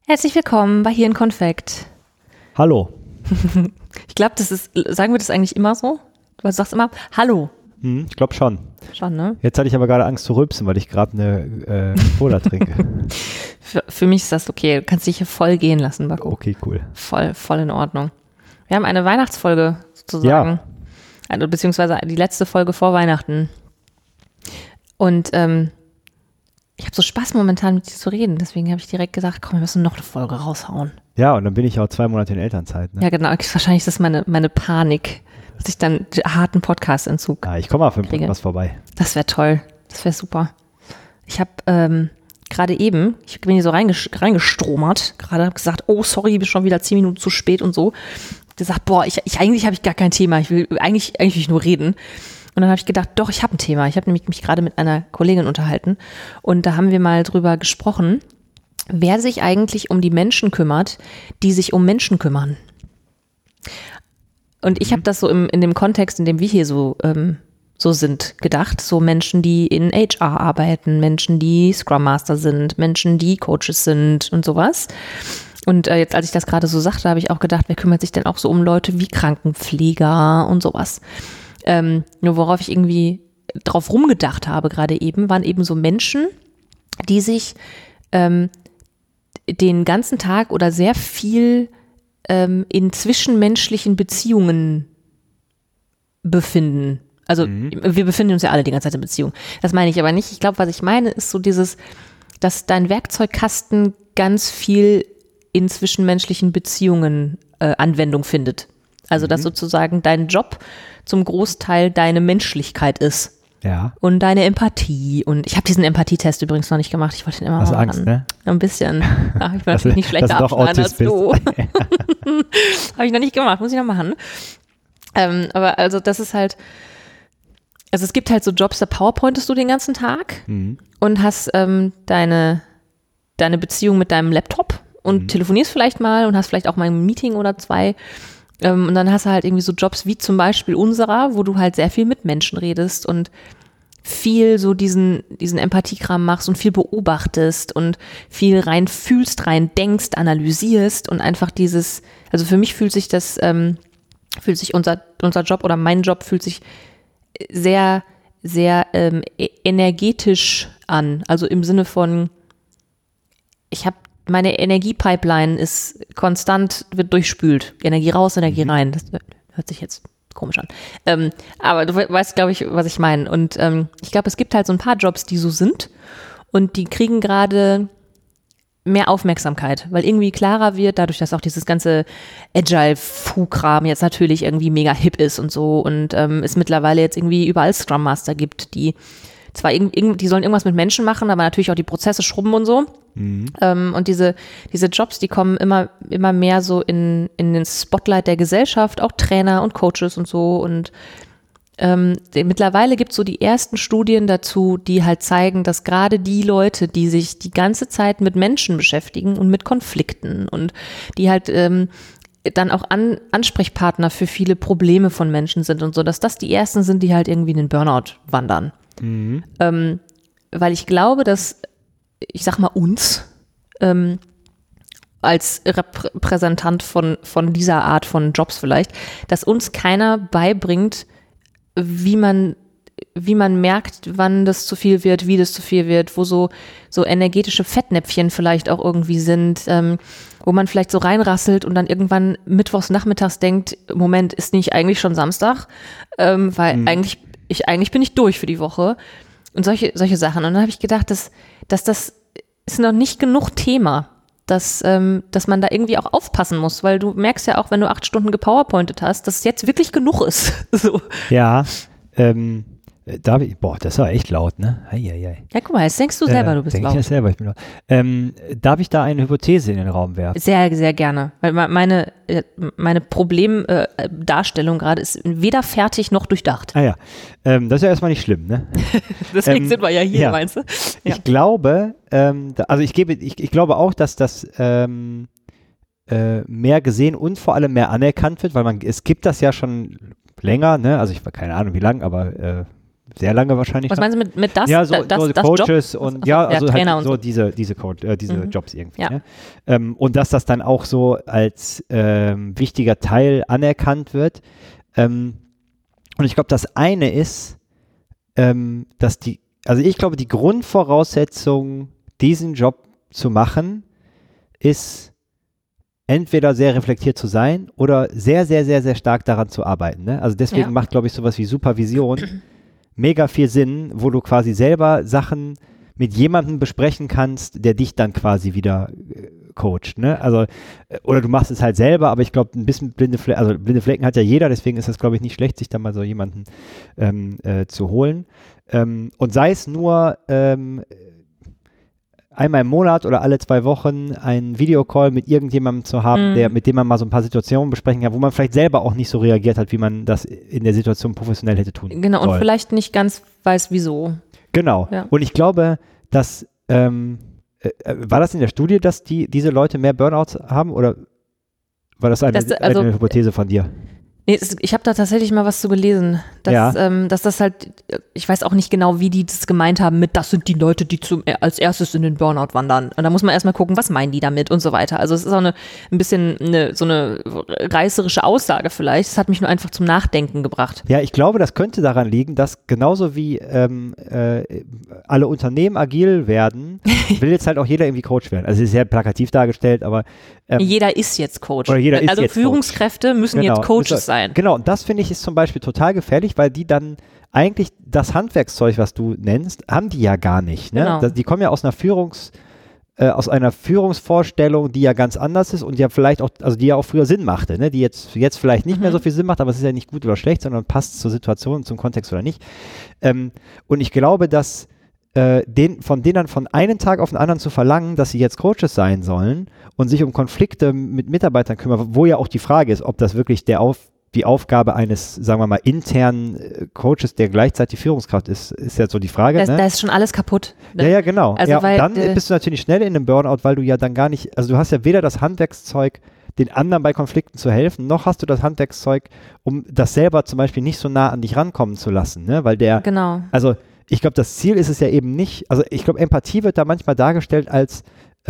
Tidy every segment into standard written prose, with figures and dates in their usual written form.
Herzlich willkommen bei Hirnkonfekt. Hallo. Ich glaube, sagen wir das eigentlich immer so? Du sagst immer Hallo. Ich glaube schon. Schon, ne? Jetzt hatte ich aber gerade Angst zu rülpsen, weil ich gerade eine Cola trinke. Für mich ist das okay. Du kannst dich hier voll gehen lassen, Marco. Okay, cool. Voll in Ordnung. Wir haben eine Weihnachtsfolge sozusagen. Ja. Also, beziehungsweise die letzte Folge vor Weihnachten. Und ich habe so Spaß momentan mit dir zu reden. Deswegen habe ich direkt gesagt, komm, wir müssen noch eine Folge raushauen. Ja, und dann bin ich auch 2 Monate in Elternzeit. Ne? Ja, genau. Wahrscheinlich ist das meine Panik, dass ich dann harten Podcast-Entzug Ich komme mal für den kriege. Podcast vorbei. Das wäre toll. Das wäre super. Ich habe gerade eben, ich bin hier so reingestromert, gerade habe gesagt, oh sorry, ich bin schon wieder 10 Minuten zu spät und so. Gesagt, boah, eigentlich habe ich gar kein Thema. Ich will eigentlich will ich nur reden. Und dann habe ich gedacht, doch, ich habe ein Thema. Ich habe nämlich mich gerade mit einer Kollegin unterhalten und da haben wir mal drüber gesprochen, wer sich eigentlich um die Menschen kümmert, die sich um Menschen kümmern. Und ich habe das so in dem Kontext, in dem wir hier so sind, gedacht. So Menschen, die in HR arbeiten, Menschen, die Scrum Master sind, Menschen, die Coaches sind und sowas. Und jetzt, als ich das gerade so sagte, habe ich auch gedacht, wer kümmert sich denn auch so um Leute wie Krankenpfleger und sowas. Nur worauf ich irgendwie drauf rumgedacht habe gerade eben, waren eben so Menschen, die sich den ganzen Tag oder sehr viel in zwischenmenschlichen Beziehungen befinden. Also wir befinden uns ja alle die ganze Zeit in Beziehungen. Das meine ich aber nicht. Ich glaube, was ich meine, ist so dass dein Werkzeugkasten ganz viel in zwischenmenschlichen Beziehungen Anwendung findet. Also dass sozusagen dein Job zum Großteil deine Menschlichkeit ist. Ja. Und deine Empathie. Und ich habe diesen Empathietest übrigens noch nicht gemacht. Ich wollte den immer Hast mal Angst, ne? Ein bisschen. Ach, ich will natürlich nicht schlechter abschneiden als du. Habe ich noch nicht gemacht, muss ich noch machen. Aber also das ist halt, also es gibt halt so Jobs, da PowerPointest du den ganzen Tag und hast deine Beziehung mit deinem Laptop und telefonierst vielleicht mal und hast vielleicht auch mal ein Meeting oder 2. Und dann hast du halt irgendwie so Jobs wie zum Beispiel unserer, wo du halt sehr viel mit Menschen redest und viel so diesen Empathiekram machst und viel beobachtest und viel rein fühlst, rein denkst, analysierst und einfach also für mich fühlt sich unser Job oder mein Job fühlt sich sehr, sehr energetisch an. Also im Sinne von, meine Energiepipeline ist konstant, wird durchspült. Energie raus, Energie rein. Das hört sich jetzt komisch an. Aber du weißt, glaube ich, was ich meine. Und ich glaube, es gibt halt so ein paar Jobs, die so sind und die kriegen gerade mehr Aufmerksamkeit, weil irgendwie klarer wird, dadurch, dass auch dieses ganze Agile-Fu-Kram jetzt natürlich irgendwie mega hip ist und so und es mittlerweile jetzt irgendwie überall Scrum Master gibt, die zwar die sollen irgendwas mit Menschen machen, aber natürlich auch die Prozesse schrubben und so. Und diese Jobs, die kommen immer mehr so in den Spotlight der Gesellschaft, auch Trainer und Coaches und so. Und mittlerweile gibt es so die ersten Studien dazu, die halt zeigen, dass gerade die Leute, die sich die ganze Zeit mit Menschen beschäftigen und mit Konflikten und die halt dann auch Ansprechpartner für viele Probleme von Menschen sind und so, dass das die ersten sind, die halt irgendwie in den Burnout wandern. Weil ich glaube, dass, ich sag mal uns, als Repräsentant von dieser Art von Jobs vielleicht, dass uns keiner beibringt, wie man merkt, wann das zu viel wird, wie das zu viel wird, wo so energetische Fettnäpfchen vielleicht auch irgendwie sind, wo man vielleicht so reinrasselt und dann irgendwann mittwochs nachmittags denkt, Moment, ist nicht eigentlich schon Samstag? Weil eigentlich bin ich durch für die Woche und solche Sachen. Und dann habe ich gedacht, dass das ist noch nicht genug Thema, dass man da irgendwie auch aufpassen muss, weil du merkst ja auch, wenn du 8 Stunden gepowerpointet hast, dass es jetzt wirklich genug ist. So. Ja, das war echt laut, ne? Eieiei. Ja, guck mal, jetzt denkst du selber, du bist laut. Ich selber, ich bin laut. Darf ich da eine Hypothese in den Raum werfen? Sehr, sehr gerne. Weil meine Problemdarstellung gerade ist weder fertig noch durchdacht. Das ist ja erstmal nicht schlimm, ne? Deswegen sind wir ja hier, meinst du? Ja. Ich glaube, ich glaube auch, dass das mehr gesehen und vor allem mehr anerkannt wird, weil es gibt das ja schon länger, ne? Also ich war keine Ahnung wie lang, aber sehr lange wahrscheinlich. Was meinst du mit das? Ja, so das Coaches Job? und also Trainer halt und so diese Jobs irgendwie. Ja. Ne? Und dass das dann auch so als wichtiger Teil anerkannt wird. Und ich glaube, das eine ist, dass ich glaube, die Grundvoraussetzung, diesen Job zu machen, ist entweder sehr reflektiert zu sein oder sehr, sehr, sehr, sehr stark daran zu arbeiten. Ne? Also deswegen macht, glaube ich, sowas wie Supervision mega viel Sinn, wo du quasi selber Sachen mit jemandem besprechen kannst, der dich dann quasi wieder coacht. Ne? Also, oder du machst es halt selber, aber ich glaube, ein bisschen blinde Flecken hat ja jeder, deswegen ist es, glaube ich, nicht schlecht, sich da mal so jemanden zu holen. Und sei es nur einmal im Monat oder alle 2 Wochen einen Videocall mit irgendjemandem zu haben, mit dem man mal so ein paar Situationen besprechen kann, wo man vielleicht selber auch nicht so reagiert hat, wie man das in der Situation professionell hätte tun Genau, soll. und vielleicht nicht ganz weiß, wieso. Genau. Ja. Und ich glaube, dass war das in der Studie, dass diese Leute mehr Burnouts haben oder war das eine Hypothese von dir? Nee, ich habe da tatsächlich mal was zu gelesen, dass das halt, ich weiß auch nicht genau, wie die das gemeint haben mit, das sind die Leute, die als erstes in den Burnout wandern. Und da muss man erstmal gucken, was meinen die damit und so weiter. Also es ist auch ein bisschen so eine reißerische Aussage vielleicht. Das hat mich nur einfach zum Nachdenken gebracht. Ja, ich glaube, das könnte daran liegen, dass genauso wie alle Unternehmen agil werden, will jetzt halt auch jeder irgendwie Coach werden. Also es ist sehr plakativ dargestellt, aber jeder ist jetzt Coach. Oder jeder ist also jetzt Führungskräfte Coach. müssen jetzt Coaches sein. Genau, und das finde ich ist zum Beispiel total gefährlich, weil die dann eigentlich das Handwerkszeug, was du nennst, haben die ja gar nicht. Ne? Genau. Die kommen ja aus einer Führungsvorstellung, die ja ganz anders ist und ja vielleicht auch, also die ja auch früher Sinn machte, ne? Die jetzt vielleicht nicht mehr so viel Sinn macht, aber es ist ja nicht gut oder schlecht, sondern passt zur Situation, zum Kontext oder nicht. Und ich glaube, dass von denen dann von einem Tag auf den anderen zu verlangen, dass sie jetzt Coaches sein sollen und sich um Konflikte mit Mitarbeitern kümmern, wo ja auch die Frage ist, ob das wirklich die Aufgabe eines, sagen wir mal, internen Coaches, der gleichzeitig Führungskraft ist ja so die Frage. Da ist schon alles kaputt. Ne? Ja, genau. Also ja, und dann bist du natürlich schnell in einem Burnout, weil du ja dann gar nicht, also du hast ja weder das Handwerkszeug, den anderen bei Konflikten zu helfen, noch hast du das Handwerkszeug, um das selber zum Beispiel nicht so nah an dich rankommen zu lassen, ne? Weil genau. Also ich glaube, das Ziel ist es ja eben nicht, also ich glaube, Empathie wird da manchmal dargestellt als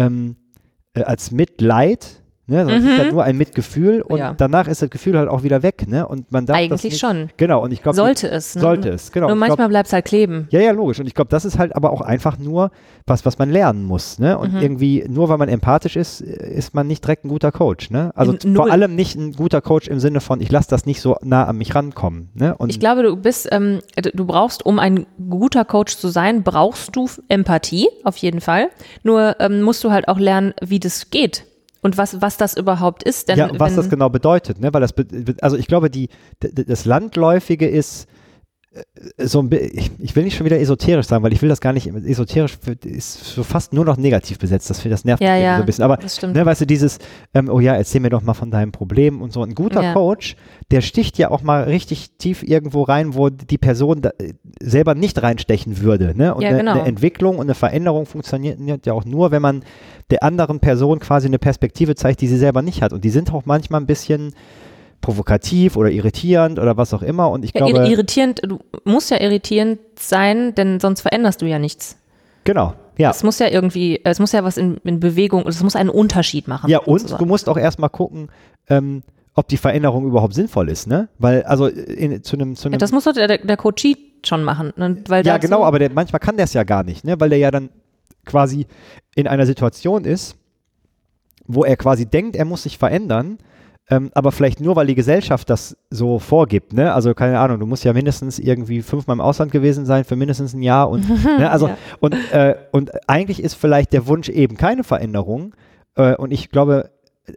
Mitleid, ne? Das ist ja nur ein Mitgefühl und danach ist das Gefühl halt auch wieder weg, ne? Und man darf eigentlich das nicht, schon. Genau, und ich glaube, sollte es, genau. Nur manchmal bleibt es halt kleben. Ja, logisch. Und ich glaube, das ist halt aber auch einfach nur was man lernen muss, ne? Und irgendwie, nur weil man empathisch ist, ist man nicht direkt ein guter Coach, ne? Also vor allem nicht ein guter Coach im Sinne von, ich lasse das nicht so nah an mich rankommen, ne? Und ich glaube, du brauchst, um ein guter Coach zu sein, brauchst du Empathie, auf jeden Fall. Nur musst du halt auch lernen, wie das geht. Und was das überhaupt ist. Denn was das genau bedeutet, ne? Weil also ich glaube, das Landläufige ist so ein bisschen, ich will nicht schon wieder esoterisch sagen, weil ich will das gar nicht, esoterisch ist so fast nur noch negativ besetzt, das nervt mich so ein bisschen, aber ne, weißt du, dieses, oh ja, erzähl mir doch mal von deinem Problem und so, ein guter Coach, der sticht ja auch mal richtig tief irgendwo rein, wo die Person selber nicht reinstechen würde, ne, und eine Entwicklung und eine Veränderung funktioniert ja auch nur, wenn man der anderen Person quasi eine Perspektive zeigt, die sie selber nicht hat, und die sind auch manchmal ein bisschen provokativ oder irritierend oder was auch immer, und ich glaube... Irritierend, du musst ja irritierend sein, denn sonst veränderst du ja nichts. Genau, ja. Es muss ja was in Bewegung, es muss einen Unterschied machen. Ja, und du musst auch erstmal gucken, ob die Veränderung überhaupt sinnvoll ist, ne? Weil, also zu einem das muss doch der Coachie schon machen. Ne? Weil ja, genau, aber manchmal kann der es ja gar nicht, ne? Weil der ja dann quasi in einer Situation ist, wo er quasi denkt, er muss sich verändern, aber vielleicht nur, weil die Gesellschaft das so vorgibt, ne? Also keine Ahnung, du musst ja mindestens irgendwie 5-mal im Ausland gewesen sein für mindestens ein Jahr und ne? Also und eigentlich ist vielleicht der Wunsch eben keine Veränderung, und ich glaube,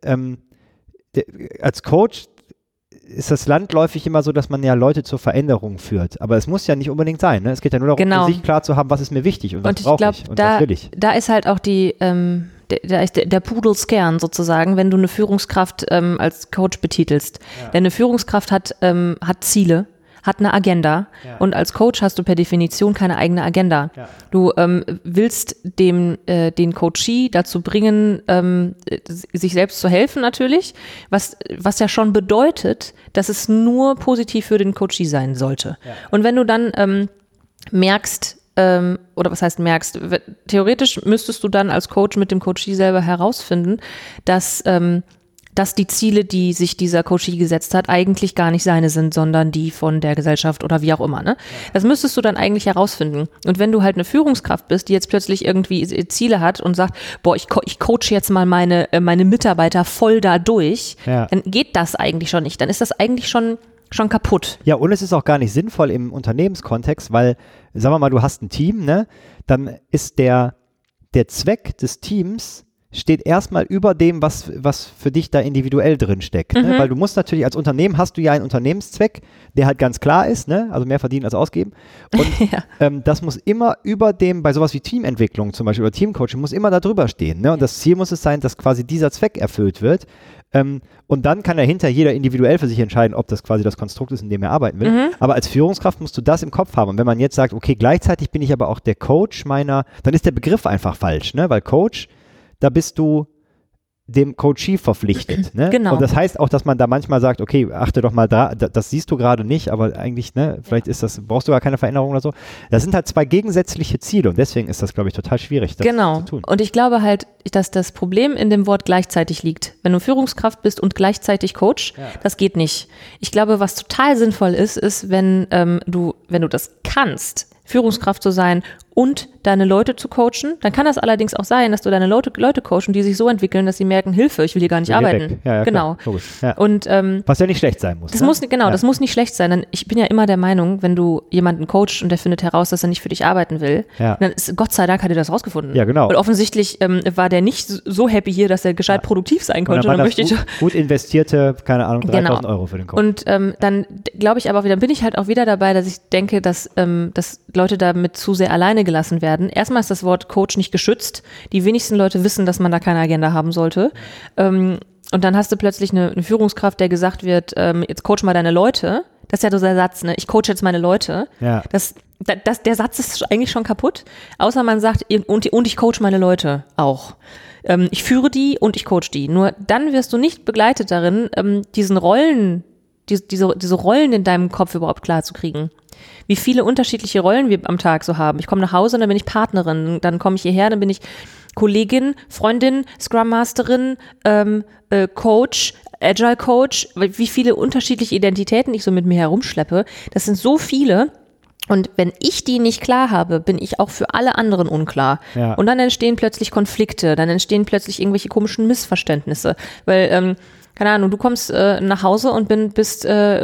als Coach ist das landläufig immer so, dass man ja Leute zur Veränderung führt, aber es muss ja nicht unbedingt sein, ne? Es geht ja nur darum, für sich klar zu haben, was ist mir wichtig und was brauche ich und was will ich. Da ist halt auch der Pudels Kern sozusagen, wenn du eine Führungskraft als Coach betitelst. Ja. Denn eine Führungskraft hat Ziele, hat eine Agenda, und als Coach hast du per Definition keine eigene Agenda. Ja. Du willst den Coachee dazu bringen, sich selbst zu helfen natürlich, was ja schon bedeutet, dass es nur positiv für den Coachee sein sollte. Ja. Und wenn du dann merkst, oder was heißt merkst, theoretisch müsstest du dann als Coach mit dem Coachee selber herausfinden, dass die Ziele, die sich dieser Coachee gesetzt hat, eigentlich gar nicht seine sind, sondern die von der Gesellschaft oder wie auch immer. Ne? Das müsstest du dann eigentlich herausfinden. Und wenn du halt eine Führungskraft bist, die jetzt plötzlich irgendwie Ziele hat und sagt, boah, ich coache jetzt mal meine Mitarbeiter voll da durch, dann geht das eigentlich schon nicht. Dann ist das eigentlich schon kaputt. Ja, und es ist auch gar nicht sinnvoll im Unternehmenskontext, weil, sagen wir mal, du hast ein Team, ne? Dann ist der Zweck des Teams steht erstmal über dem, was für dich da individuell drin steckt. Ne? Weil du musst natürlich, als Unternehmen hast du ja einen Unternehmenszweck, der halt ganz klar ist, ne? Also mehr verdienen als ausgeben. Und das muss immer über dem, bei sowas wie Teamentwicklung zum Beispiel oder Teamcoaching, muss immer da drüber stehen. Ne? Und das Ziel muss es sein, dass quasi dieser Zweck erfüllt wird. Und dann kann dahinter jeder individuell für sich entscheiden, ob das quasi das Konstrukt ist, in dem er arbeiten will. Aber als Führungskraft musst du das im Kopf haben. Und wenn man jetzt sagt, okay, gleichzeitig bin ich aber auch der Coach dann ist der Begriff einfach falsch, ne? Weil Coach, da bist du dem Coachee verpflichtet. Ne? Genau. Und das heißt auch, dass man da manchmal sagt, okay, achte doch mal da, das siehst du gerade nicht, aber eigentlich, ne, vielleicht brauchst du gar keine Veränderung oder so. Das sind halt zwei gegensätzliche Ziele und deswegen ist das, glaube ich, total schwierig, das zu tun. Und ich glaube halt, dass das Problem in dem Wort gleichzeitig liegt. Wenn du Führungskraft bist und gleichzeitig Coach, das geht nicht. Ich glaube, was total sinnvoll ist, wenn du das kannst, Führungskraft zu sein und deine Leute zu coachen. Dann kann das allerdings auch sein, dass du deine Leute coachen, die sich so entwickeln, dass sie merken, Hilfe, ich will hier gar nicht arbeiten. Ja, genau. Klar, ja. Und, was ja nicht schlecht sein muss. Das muss nicht schlecht sein. Denn ich bin ja immer der Meinung, wenn du jemanden coachst und der findet heraus, dass er nicht für dich arbeiten will, dann ist, Gott sei Dank hat er das rausgefunden. Ja, genau. Weil offensichtlich war der nicht so happy hier, dass er gescheit produktiv sein konnte. Und dann möchte ich gut investierte, keine Ahnung, 3.000 Euro für den Coach. Und dann glaube ich aber, dann bin ich halt auch wieder dabei, dass ich denke, dass Leute damit zu sehr alleine gelassen werden. Erstmal ist das Wort Coach nicht geschützt. Die wenigsten Leute wissen, dass man da keine Agenda haben sollte. Und dann hast du plötzlich eine Führungskraft, der gesagt wird, jetzt coach mal deine Leute. Das ist ja so der Satz, ne? Ich coach jetzt meine Leute. Ja. Der Satz ist eigentlich schon kaputt. Außer man sagt, und ich coach meine Leute auch. Ich führe die und ich coach die. Nur dann wirst du nicht begleitet darin, diese Rollen in deinem Kopf überhaupt klar zu kriegen. Wie viele unterschiedliche Rollen wir am Tag so haben. Ich komme nach Hause und dann bin ich Partnerin, dann komme ich hierher, dann bin ich Kollegin, Freundin, Scrum Masterin, Coach, Agile Coach, wie viele unterschiedliche Identitäten ich so mit mir herumschleppe. Das sind so viele. Und wenn ich die nicht klar habe, bin ich auch für alle anderen unklar. Ja. Und dann entstehen plötzlich Konflikte, dann entstehen plötzlich irgendwelche komischen Missverständnisse. Weil, keine Ahnung, du kommst nach Hause und bist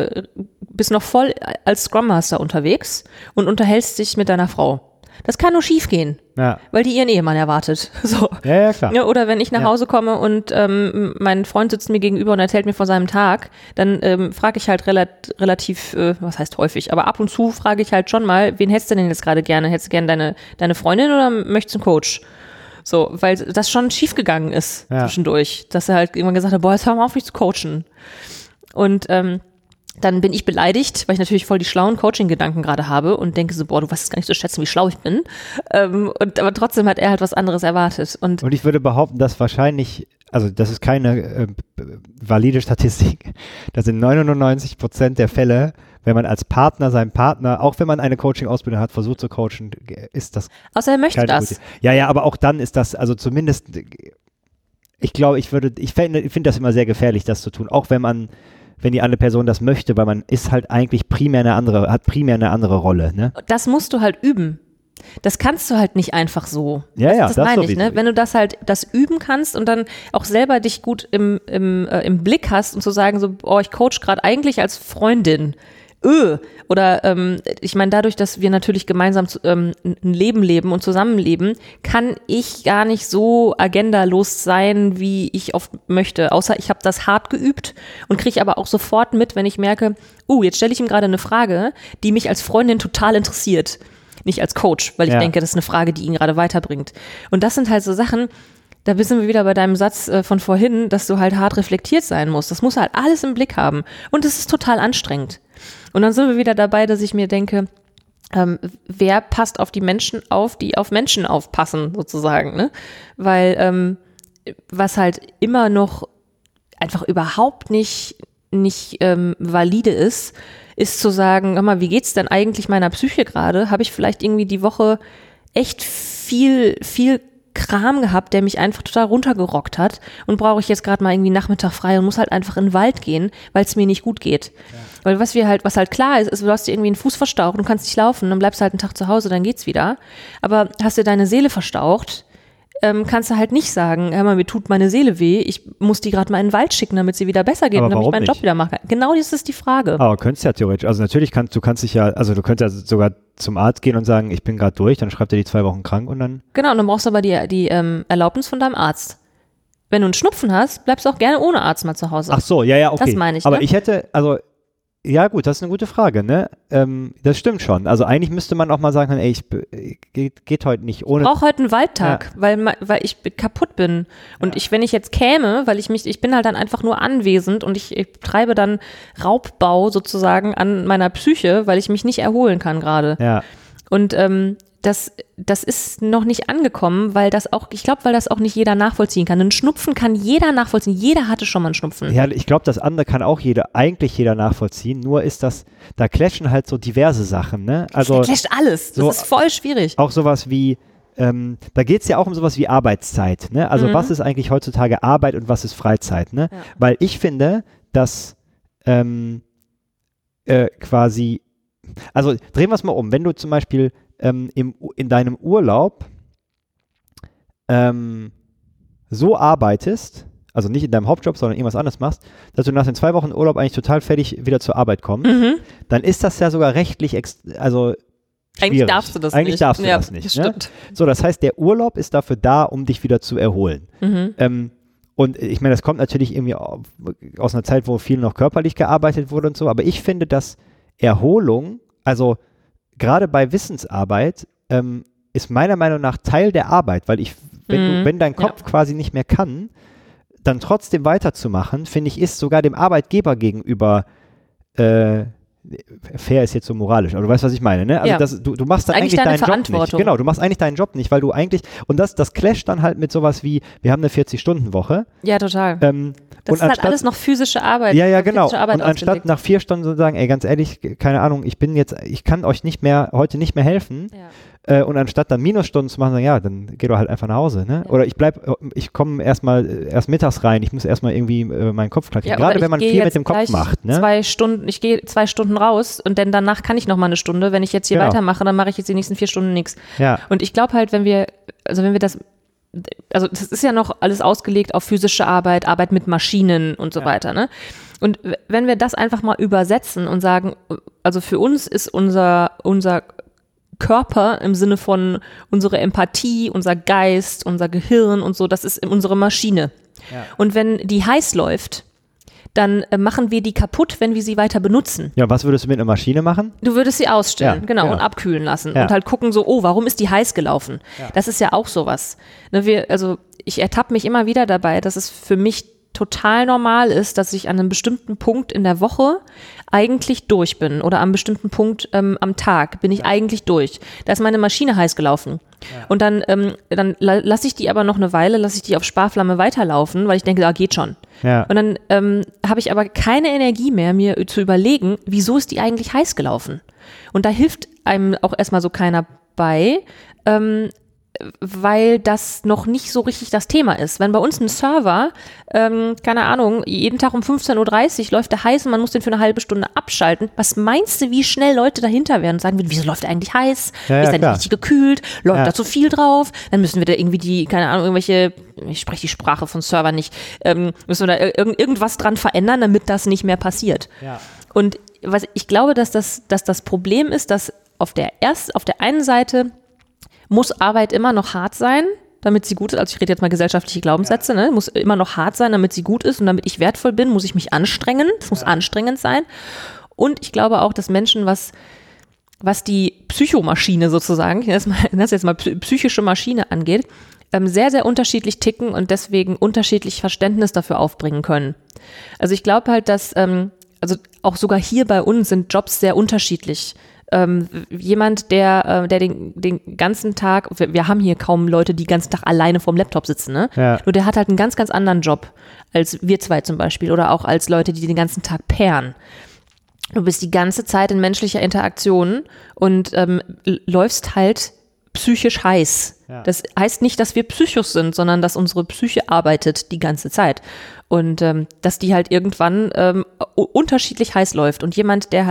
noch voll als Scrum Master unterwegs und unterhältst dich mit deiner Frau. Das kann nur schief gehen, weil die ihren Ehemann erwartet. So. Ja, klar. Ja, oder wenn ich nach Hause komme und mein Freund sitzt mir gegenüber und erzählt mir von seinem Tag, dann frage ich halt relativ, was heißt häufig, aber ab und zu frage ich halt schon mal, wen hättest du denn jetzt gerade gerne? Hättest du gerne deine Freundin oder möchtest du einen Coach? So, weil das schon schief gegangen ist zwischendurch, dass er halt irgendwann gesagt hat, boah, jetzt hör mal auf, mich zu coachen. Und dann bin ich beleidigt, weil ich natürlich voll die schlauen Coaching-Gedanken gerade habe und denke so, boah, du weißt es gar nicht so schätzen, wie schlau ich bin. Aber trotzdem hat er halt was anderes erwartet. Und ich würde behaupten, dass wahrscheinlich, also das ist keine valide Statistik, dass in 99% der Fälle, wenn man als Partner seinem Partner, auch wenn man eine Coaching-Ausbildung hat, versucht zu coachen, ist das. Außer er möchte das. Ja, aber auch dann ist das, also zumindest, ich glaube, ich finde das immer sehr gefährlich, das zu tun, auch wenn die andere Person das möchte, weil man ist halt eigentlich hat primär eine andere Rolle, ne? Das musst du halt üben. Das kannst du halt nicht einfach so. Das meine ich, sowieso. ne? Wenn du das üben kannst und dann auch selber dich gut im Blick hast und zu sagen so, oh, ich coach gerade eigentlich als Freundin. Oder ich meine, dadurch, dass wir natürlich gemeinsam ein Leben leben und zusammenleben, kann ich gar nicht so agendalos sein, wie ich oft möchte. Außer ich habe das hart geübt und kriege aber auch sofort mit, wenn ich merke, jetzt stelle ich ihm gerade eine Frage, die mich als Freundin total interessiert. Nicht als Coach, weil ich denke, das ist eine Frage, die ihn gerade weiterbringt. Und das sind halt so Sachen, da sind wir wieder bei deinem Satz von vorhin, dass du halt hart reflektiert sein musst. Das musst du halt alles im Blick haben. Und das ist total anstrengend. Und dann sind wir wieder dabei, dass ich mir denke, wer passt auf die Menschen auf, die auf Menschen aufpassen, sozusagen, ne? Weil was halt immer noch einfach überhaupt nicht valide ist ist zu sagen, hör mal, wie geht's denn eigentlich meiner Psyche gerade? Habe ich vielleicht irgendwie die Woche echt viel Kram gehabt, der mich einfach total runtergerockt hat und brauche ich jetzt gerade mal irgendwie Nachmittag frei und muss halt einfach in den Wald gehen, weil es mir nicht gut geht. Ja. Weil was halt klar ist, du hast dir irgendwie einen Fuß verstaucht und kannst nicht laufen, dann bleibst du halt einen Tag zu Hause, dann geht's wieder. Aber hast dir deine Seele verstaucht, kannst du halt nicht sagen, hör mal, mir tut meine Seele weh, ich muss die gerade mal in den Wald schicken, damit sie wieder besser geht aber und damit ich meinen Job wieder machen kann. Genau das ist die Frage. Aber könntest ja theoretisch, also natürlich du könntest ja sogar zum Arzt gehen und sagen, ich bin gerade durch, dann schreibt er die 2 Wochen krank und dann. Genau, und dann brauchst du aber die Erlaubnis von deinem Arzt. Wenn du einen Schnupfen hast, bleibst du auch gerne ohne Arzt mal zu Hause. Ach so, ja, okay. Das meine ich, aber ne? ich hätte, also, ja gut, das ist eine gute Frage, ne? Das stimmt schon. Also eigentlich müsste man auch mal sagen, ey, geht heute nicht ohne. Ich brauche heute einen Waldtag, weil ich kaputt bin. Und wenn ich jetzt käme, weil ich bin halt dann einfach nur anwesend und ich treibe dann Raubbau sozusagen an meiner Psyche, weil ich mich nicht erholen kann gerade. Ja. Und das ist noch nicht angekommen, weil das auch nicht jeder nachvollziehen kann. Einen Schnupfen kann jeder nachvollziehen. Jeder hatte schon mal einen Schnupfen. Ja, ich glaube, das andere kann auch eigentlich jeder nachvollziehen. Nur ist da clashen halt so diverse Sachen, ne? Also da clasht alles. Das ist voll schwierig. Auch sowas wie, da geht es ja auch um sowas wie Arbeitszeit, ne? Also was ist eigentlich heutzutage Arbeit und was ist Freizeit, ne? Ja. Weil ich finde, dass quasi, also drehen wir es mal um, wenn du zum Beispiel in deinem Urlaub so arbeitest, also nicht in deinem Hauptjob, sondern irgendwas anderes machst, dass du nach den 2 Wochen Urlaub eigentlich total fertig wieder zur Arbeit kommst, dann ist das ja sogar rechtlich, schwierig. Eigentlich darfst du das nicht. Eigentlich darfst du das nicht. Das ne? stimmt. So, das heißt, der Urlaub ist dafür da, um dich wieder zu erholen. Und ich meine, das kommt natürlich irgendwie aus einer Zeit, wo viel noch körperlich gearbeitet wurde und so, aber ich finde, dass Erholung, also gerade bei Wissensarbeit, ist meiner Meinung nach Teil der Arbeit, weil wenn dein Kopf quasi nicht mehr kann, dann trotzdem weiterzumachen, finde ich, ist sogar dem Arbeitgeber gegenüber fair ist jetzt so moralisch, aber du weißt, was ich meine, ne? Also du machst dann eigentlich deinen Job nicht. Genau, du machst eigentlich deinen Job nicht, weil du eigentlich, und das clasht dann halt mit sowas wie, wir haben eine 40-Stunden-Woche. Ja, total. Das ist halt alles noch physische Arbeit. Ja, genau. Und anstatt nach 4 Stunden zu sagen, ey, ganz ehrlich, keine Ahnung, ich kann euch heute nicht mehr helfen. Ja. Und anstatt dann Minusstunden zu machen, sagen, ja, dann geh doch halt einfach nach Hause, ne? Ja. Oder ich komme erst mittags rein, ich muss erstmal irgendwie meinen Kopf klar kriegen. Ja, gerade wenn man viel mit dem Kopf macht, ne? Ich gehe 2 Stunden raus und dann danach kann ich noch mal eine Stunde. Wenn ich jetzt hier weitermache, dann mache ich jetzt die nächsten 4 Stunden nichts. Ja. Und ich glaube halt, wenn wir das ist ja noch alles ausgelegt auf physische Arbeit mit Maschinen und so weiter, ne? Und wenn wir das einfach mal übersetzen und sagen, also für uns ist unser Körper im Sinne von unsere Empathie, unser Geist, unser Gehirn und so, das ist unsere Maschine. Ja. Und wenn die heiß läuft, dann machen wir die kaputt, wenn wir sie weiter benutzen. Ja, was würdest du mit einer Maschine machen? Du würdest sie ausstellen, genau, und abkühlen lassen und halt gucken so, warum ist die heiß gelaufen? Ja. Das ist ja auch sowas. Ne, ich ertappe mich immer wieder dabei, dass es für mich total normal ist, dass ich an einem bestimmten Punkt in der Woche eigentlich durch bin oder am bestimmten Punkt am Tag bin ich eigentlich durch. Da ist meine Maschine heiß gelaufen. Ja. Und dann lasse ich die aber noch eine Weile, lasse ich die auf Sparflamme weiterlaufen, weil ich denke, geht schon. Ja. Und dann habe ich aber keine Energie mehr, mir zu überlegen, wieso ist die eigentlich heiß gelaufen? Und da hilft einem auch erstmal so keiner bei, weil das noch nicht so richtig das Thema ist. Wenn bei uns ein Server, keine Ahnung, jeden Tag um 15.30 Uhr läuft der heiß und man muss den für eine halbe Stunde abschalten, was meinst du, wie schnell Leute dahinter werden und sagen, wieso läuft der eigentlich heiß? Ist der nicht richtig gekühlt? Läuft da zu viel drauf? Dann müssen wir da irgendwie ich spreche die Sprache von Servern nicht, müssen wir da irgendwas dran verändern, damit das nicht mehr passiert. Ja. Und ich glaube, dass das Problem ist, dass auf der einen Seite muss Arbeit immer noch hart sein, damit sie gut ist. Also ich rede jetzt mal gesellschaftliche Glaubenssätze, ne? Muss immer noch hart sein, damit sie gut ist und damit ich wertvoll bin, muss ich mich anstrengen. Es muss anstrengend sein. Und ich glaube auch, dass Menschen, was die Psychomaschine sozusagen, das jetzt mal psychische Maschine angeht, sehr, sehr unterschiedlich ticken und deswegen unterschiedlich Verständnis dafür aufbringen können. Also ich glaube halt, dass also auch sogar hier bei uns sind Jobs sehr unterschiedlich. Jemand, der den ganzen Tag, wir haben hier kaum Leute, die den ganzen Tag alleine vorm Laptop sitzen, ne? Ja. Nur der hat halt einen ganz, ganz anderen Job als wir zwei zum Beispiel oder auch als Leute, die den ganzen Tag pairen. du bist die ganze Zeit in menschlicher Interaktion und läufst halt psychisch heiß. Ja. Das heißt nicht, dass wir Psychos sind, sondern dass unsere Psyche arbeitet die ganze Zeit. Und dass die halt irgendwann unterschiedlich heiß läuft. Und jemand, der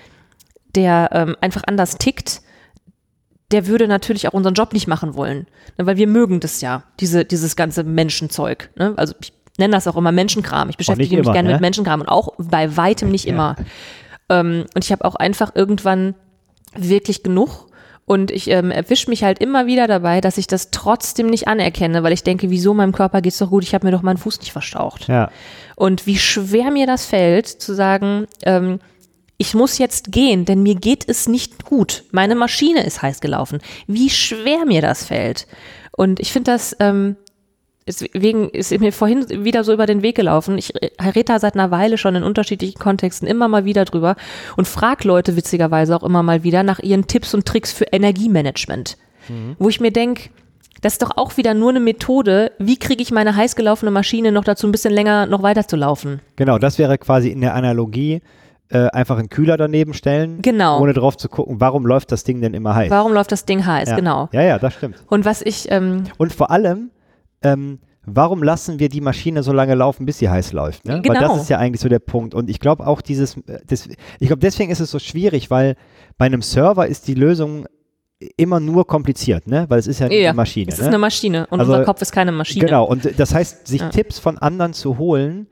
einfach anders tickt, der würde natürlich auch unseren Job nicht machen wollen. Ne, weil wir mögen das ja, dieses ganze Menschenzeug. Ne? Also ich nenne das auch immer Menschenkram. Ich beschäftige mich gerne mit Menschenkram und auch bei weitem nicht immer. Und ich habe auch einfach irgendwann wirklich genug. Und ich erwische mich halt immer wieder dabei, dass ich das trotzdem nicht anerkenne, weil ich denke, wieso, meinem Körper geht's doch gut, ich habe mir doch meinen Fuß nicht verstaucht. Ja. Und wie schwer mir das fällt, zu sagen, ich muss jetzt gehen, denn mir geht es nicht gut. Meine Maschine ist heiß gelaufen. Wie schwer mir das fällt. Und ich finde das, deswegen ist mir vorhin wieder so über den Weg gelaufen. Ich rede da seit einer Weile schon in unterschiedlichen Kontexten immer mal wieder drüber und frage Leute witzigerweise auch immer mal wieder nach ihren Tipps und Tricks für Energiemanagement. Wo ich mir denke, das ist doch auch wieder nur eine Methode, wie kriege ich meine heiß gelaufene Maschine noch dazu, ein bisschen länger noch weiter zu laufen. Genau, das wäre quasi in der Analogie einfach einen Kühler daneben stellen, genau, ohne drauf zu gucken, warum läuft das Ding denn immer heiß? Warum läuft das Ding heiß, ja. Genau. Ja, das stimmt. Und was ich und vor allem warum lassen wir die Maschine so lange laufen, bis sie heiß läuft? Ne? Genau. Weil das ist ja eigentlich so der Punkt. Und ich glaube auch deswegen ist es so schwierig, weil bei einem Server ist die Lösung immer nur kompliziert, ne? Weil es ist ja eine Maschine. Es ist eine Maschine und unser Kopf ist keine Maschine. Genau, und das heißt, sich Tipps von anderen zu holen,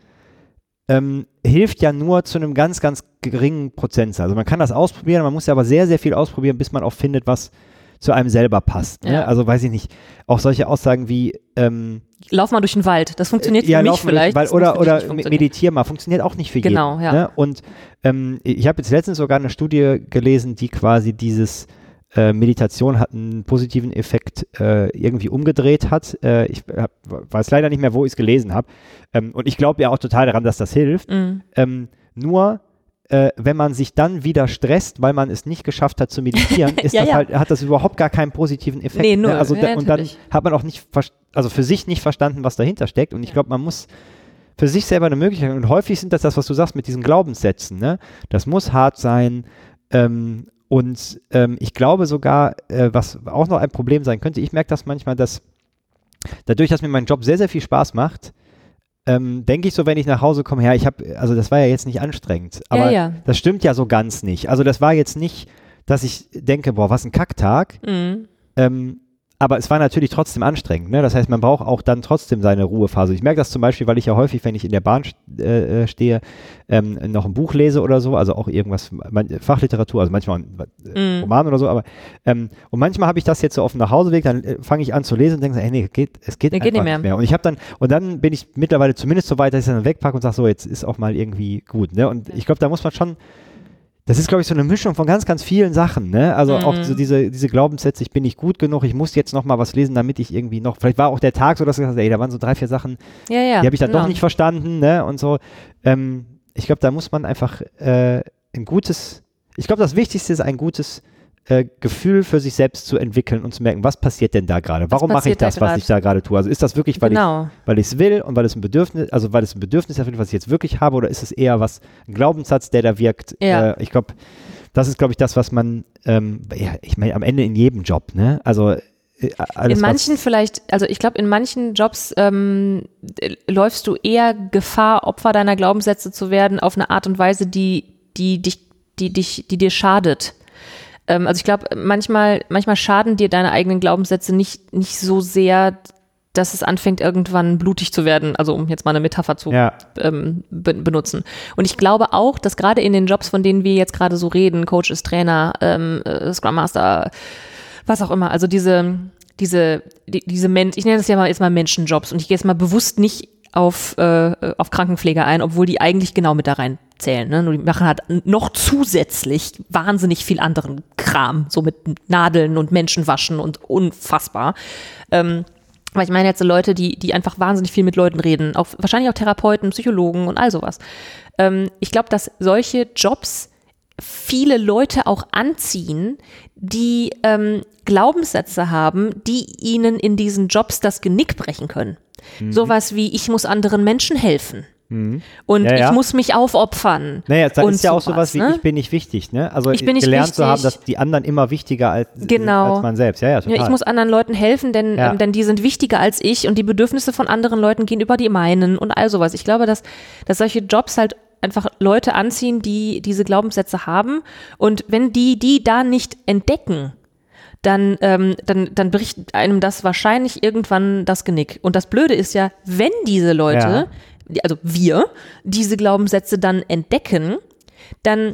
hilft ja nur zu einem ganz, ganz geringen Prozentsatz. Also man kann das ausprobieren, man muss ja aber sehr, sehr viel ausprobieren, bis man auch findet, was zu einem selber passt. Ne? Ja. Also weiß ich nicht, auch solche Aussagen wie lauf mal durch den Wald, das funktioniert für mich vielleicht. Oder meditier mal, funktioniert auch nicht für jeden. Genau, ja. Ne? Und ich habe jetzt letztens sogar eine Studie gelesen, die quasi dieses Meditation hat einen positiven Effekt irgendwie umgedreht hat. Ich weiß leider nicht mehr, wo ich es gelesen habe. Und ich glaube ja auch total daran, dass das hilft. Nur wenn man sich dann wieder stresst, weil man es nicht geschafft hat zu meditieren, ist hat das überhaupt gar keinen positiven Effekt. Nee, null. Ne? Also und dann hat man auch nicht, für sich nicht verstanden, was dahinter steckt. Und ich glaube, man muss für sich selber eine Möglichkeit, und häufig sind das, was du sagst mit diesen Glaubenssätzen, ne? Das muss hart sein, und ich glaube sogar, was auch noch ein Problem sein könnte, ich merke das manchmal, dass dadurch, dass mir mein Job sehr, sehr viel Spaß macht, denke ich so, wenn ich nach Hause komme, also das war ja jetzt nicht anstrengend, aber das stimmt ja so ganz nicht. Also das war jetzt nicht, dass ich denke, boah, was ein Kacktag, aber es war natürlich trotzdem anstrengend, ne? Das heißt, man braucht auch dann trotzdem seine Ruhephase. Ich merke das zum Beispiel, weil ich ja häufig, wenn ich in der Bahn stehe, noch ein Buch lese oder so, also auch irgendwas, Fachliteratur, also manchmal ein Roman oder so, aber und manchmal habe ich das jetzt so auf dem Nachhauseweg, dann fange ich an zu lesen und denke so, hey, es geht einfach nicht mehr. Und dann bin ich mittlerweile zumindest so weit, dass ich es dann wegpacke und sage, so, jetzt ist auch mal irgendwie gut, ne? Und ich glaube, da muss man schon, das ist, glaube ich, so eine Mischung von ganz, ganz vielen Sachen, ne? Also auch so diese Glaubenssätze, ich bin nicht gut genug, ich muss jetzt noch mal was lesen, damit ich irgendwie noch, vielleicht war auch der Tag so, dass du gesagt hast, ey, da waren so 3, 4 Sachen, die habe ich dann doch nicht verstanden, ne? Und so. Ich glaube, da muss man einfach ich glaube, das Wichtigste ist ein gutes Gefühl für sich selbst zu entwickeln und zu merken, was passiert denn da gerade? Warum mache ich das, was ich da gerade tue? Also ist das wirklich, weil ich es will und weil es ein Bedürfnis erfüllt, was ich jetzt wirklich habe, oder ist es eher ein Glaubenssatz, der da wirkt? Ja. Ich glaube, das ist, glaube ich, das, was man, ich meine, am Ende in jedem Job, ne? Also alles, in manchen ich glaube, in manchen Jobs läufst du eher Gefahr, Opfer deiner Glaubenssätze zu werden, auf eine Art und Weise, die dir schadet. Also ich glaube, manchmal schaden dir deine eigenen Glaubenssätze nicht so sehr, dass es anfängt, irgendwann blutig zu werden, also um jetzt mal eine Metapher zu benutzen. Und ich glaube auch, dass gerade in den Jobs, von denen wir jetzt gerade so reden, Coaches, Trainer, Scrum Master, was auch immer, also diese ich nenne das ja jetzt mal Menschenjobs, und ich gehe jetzt mal bewusst nicht auf Krankenpfleger ein, obwohl die eigentlich genau mit da rein zählen. Ne? Nur die machen halt noch zusätzlich wahnsinnig viel anderen Kram, so mit Nadeln und Menschenwaschen und unfassbar. Weil ich meine jetzt so Leute, die einfach wahnsinnig viel mit Leuten reden, auch wahrscheinlich auch Therapeuten, Psychologen und all sowas. Ich glaube, dass solche Jobs viele Leute auch anziehen, die Glaubenssätze haben, die ihnen in diesen Jobs das Genick brechen können. Sowas wie, ich muss anderen Menschen helfen. Und ich muss mich aufopfern. Naja, dann und ist ja auch sowas wie, ich bin nicht wichtig, ne? Also ich bin nicht gelernt wichtig. zu haben, dass die anderen immer wichtiger als man selbst. Ja, total. Ja, ich muss anderen Leuten helfen, denn die sind wichtiger als ich und die Bedürfnisse von anderen Leuten gehen über die meinen und all sowas. Ich glaube, dass solche Jobs halt einfach Leute anziehen, die diese Glaubenssätze haben, und wenn die da nicht entdecken, dann bricht einem das wahrscheinlich irgendwann das Genick. Und das Blöde ist ja, wenn diese Leute, also wir, diese Glaubenssätze dann entdecken, dann